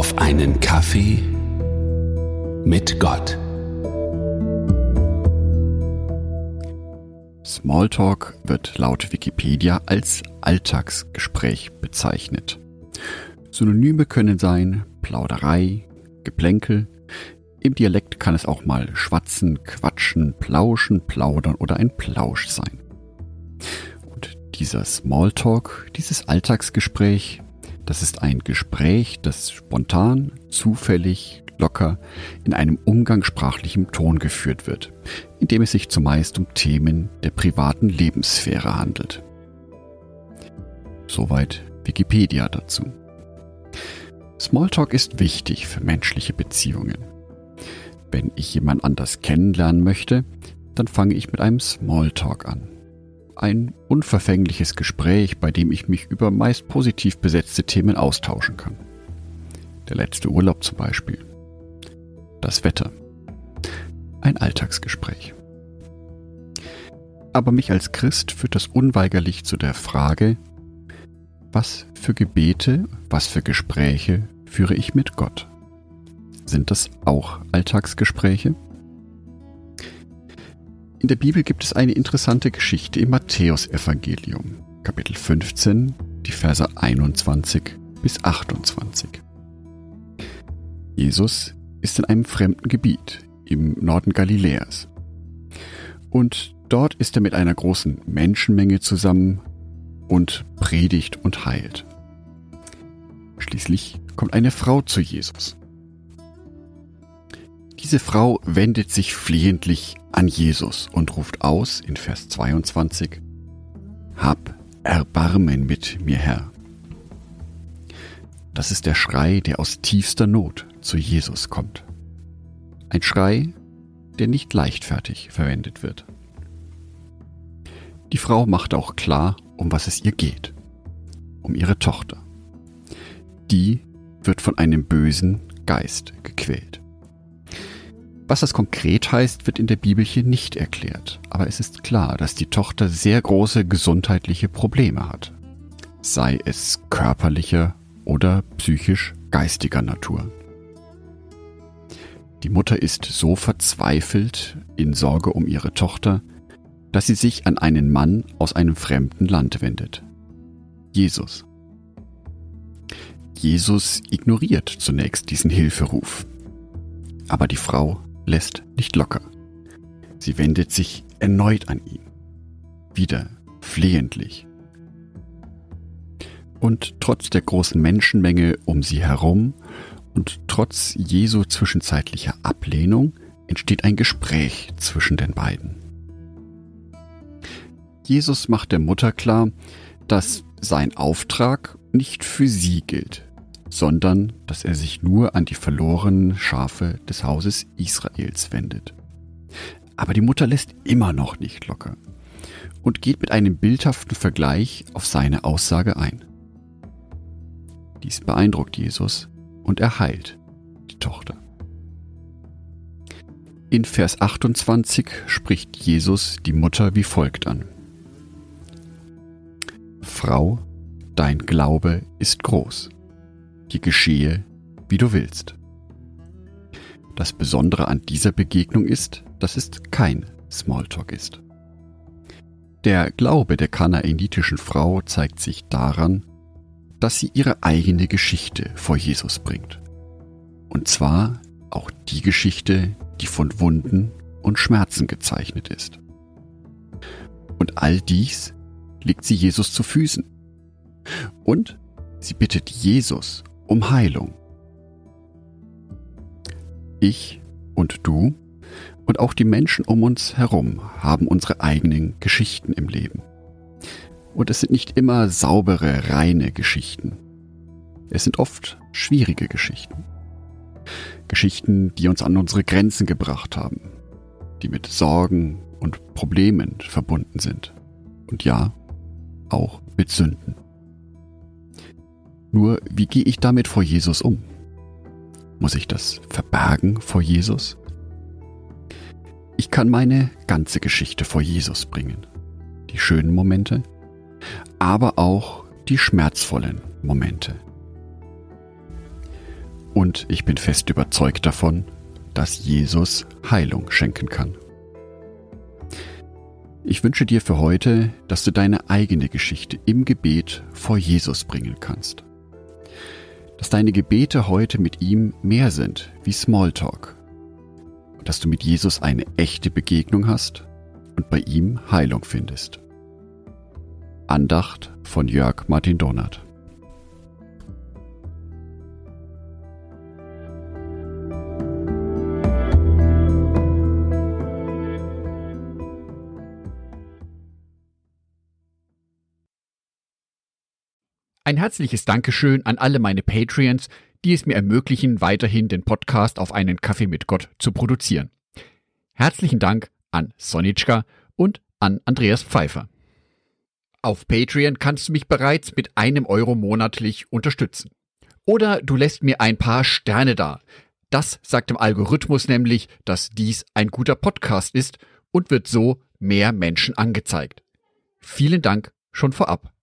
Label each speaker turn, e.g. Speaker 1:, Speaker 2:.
Speaker 1: auf einen Kaffee mit Gott.
Speaker 2: Smalltalk wird laut Wikipedia als Alltagsgespräch bezeichnet. Synonyme können sein Plauderei, Geplänkel. Im Dialekt kann es auch mal Schwatzen, Quatschen, Plauschen, Plaudern oder ein Plausch sein. Und dieser Smalltalk, dieses Alltagsgespräch, das ist ein Gespräch, das spontan, zufällig, locker in einem umgangssprachlichen Ton geführt wird, in dem es sich zumeist um Themen der privaten Lebenssphäre handelt. Soweit Wikipedia dazu. Smalltalk ist wichtig für menschliche Beziehungen. Wenn ich jemand anders kennenlernen möchte, dann fange ich mit einem Smalltalk an. Ein unverfängliches Gespräch, bei dem ich mich über meist positiv besetzte Themen austauschen kann. Der letzte Urlaub zum Beispiel. Das Wetter. Ein Alltagsgespräch. Aber mich als Christ führt das unweigerlich zu der Frage, was für Gebete, was für Gespräche führe ich mit Gott? Sind das auch Alltagsgespräche? In der Bibel gibt es eine interessante Geschichte im Matthäusevangelium, Kapitel 15, die Verse 21 bis 28. Jesus ist in einem fremden Gebiet im Norden Galiläas. Und dort ist er mit einer großen Menschenmenge zusammen und predigt und heilt. Schließlich kommt eine Frau zu Jesus. Diese Frau wendet sich flehentlich an Jesus und ruft aus in Vers 22: Hab Erbarmen mit mir, Herr. Das ist der Schrei, der aus tiefster Not zu Jesus kommt. Ein Schrei, der nicht leichtfertig verwendet wird. Die Frau macht auch klar, um was es ihr geht. Um ihre Tochter. Die wird von einem bösen Geist gequält. Was das konkret heißt, wird in der Bibel hier nicht erklärt, aber es ist klar, dass die Tochter sehr große gesundheitliche Probleme hat. Sei es körperlicher oder psychisch-geistiger Natur. Die Mutter ist so verzweifelt in Sorge um ihre Tochter, dass sie sich an einen Mann aus einem fremden Land wendet. Jesus. Jesus ignoriert zunächst diesen Hilferuf. Aber die Frau lässt nicht locker. Sie wendet sich erneut an ihn. Wieder flehentlich. Und trotz der großen Menschenmenge um sie herum und trotz Jesu zwischenzeitlicher Ablehnung entsteht ein Gespräch zwischen den beiden. Jesus macht der Mutter klar, dass sein Auftrag nicht für sie gilt, sondern dass er sich nur an die verlorenen Schafe des Hauses Israels wendet. Aber die Mutter lässt immer noch nicht locker und geht mit einem bildhaften Vergleich auf seine Aussage ein. Dies beeindruckt Jesus und er heilt die Tochter. In Vers 28 spricht Jesus die Mutter wie folgt an: Frau, dein Glaube ist groß. Dir geschehe, wie du willst. Das Besondere an dieser Begegnung ist, dass es kein Smalltalk ist. Der Glaube der kanaanitischen Frau zeigt sich daran, dass sie ihre eigene Geschichte vor Jesus bringt. Und zwar auch die Geschichte, die von Wunden und Schmerzen gezeichnet ist. Und all dies legt sie Jesus zu Füßen. Und sie bittet Jesus um Heilung. Ich und du und auch die Menschen um uns herum haben unsere eigenen Geschichten im Leben. Und es sind nicht immer saubere, reine Geschichten. Es sind oft schwierige Geschichten. Geschichten, die uns an unsere Grenzen gebracht haben, die mit Sorgen und Problemen verbunden sind. Und ja, auch mit Sünden. Nur, wie gehe ich damit vor Jesus um? Muss ich das verbergen vor Jesus? Ich kann meine ganze Geschichte vor Jesus bringen. Die schönen Momente, aber auch die schmerzvollen Momente. Und ich bin fest überzeugt davon, dass Jesus Heilung schenken kann. Ich wünsche dir für heute, dass du deine eigene Geschichte im Gebet vor Jesus bringen kannst. Dass deine Gebete heute mit ihm mehr sind wie Smalltalk. Und dass du mit Jesus eine echte Begegnung hast und bei ihm Heilung findest. Andacht von Jörg Martin Donath.
Speaker 3: Ein herzliches Dankeschön an alle meine Patreons, die es mir ermöglichen, weiterhin den Podcast auf einen Kaffee mit Gott zu produzieren. Herzlichen Dank an Sonitschka und an Andreas Pfeiffer. Auf Patreon kannst du mich bereits mit €1 monatlich unterstützen. Oder du lässt mir ein paar Sterne da. Das sagt dem Algorithmus nämlich, dass dies ein guter Podcast ist und wird so mehr Menschen angezeigt. Vielen Dank schon vorab.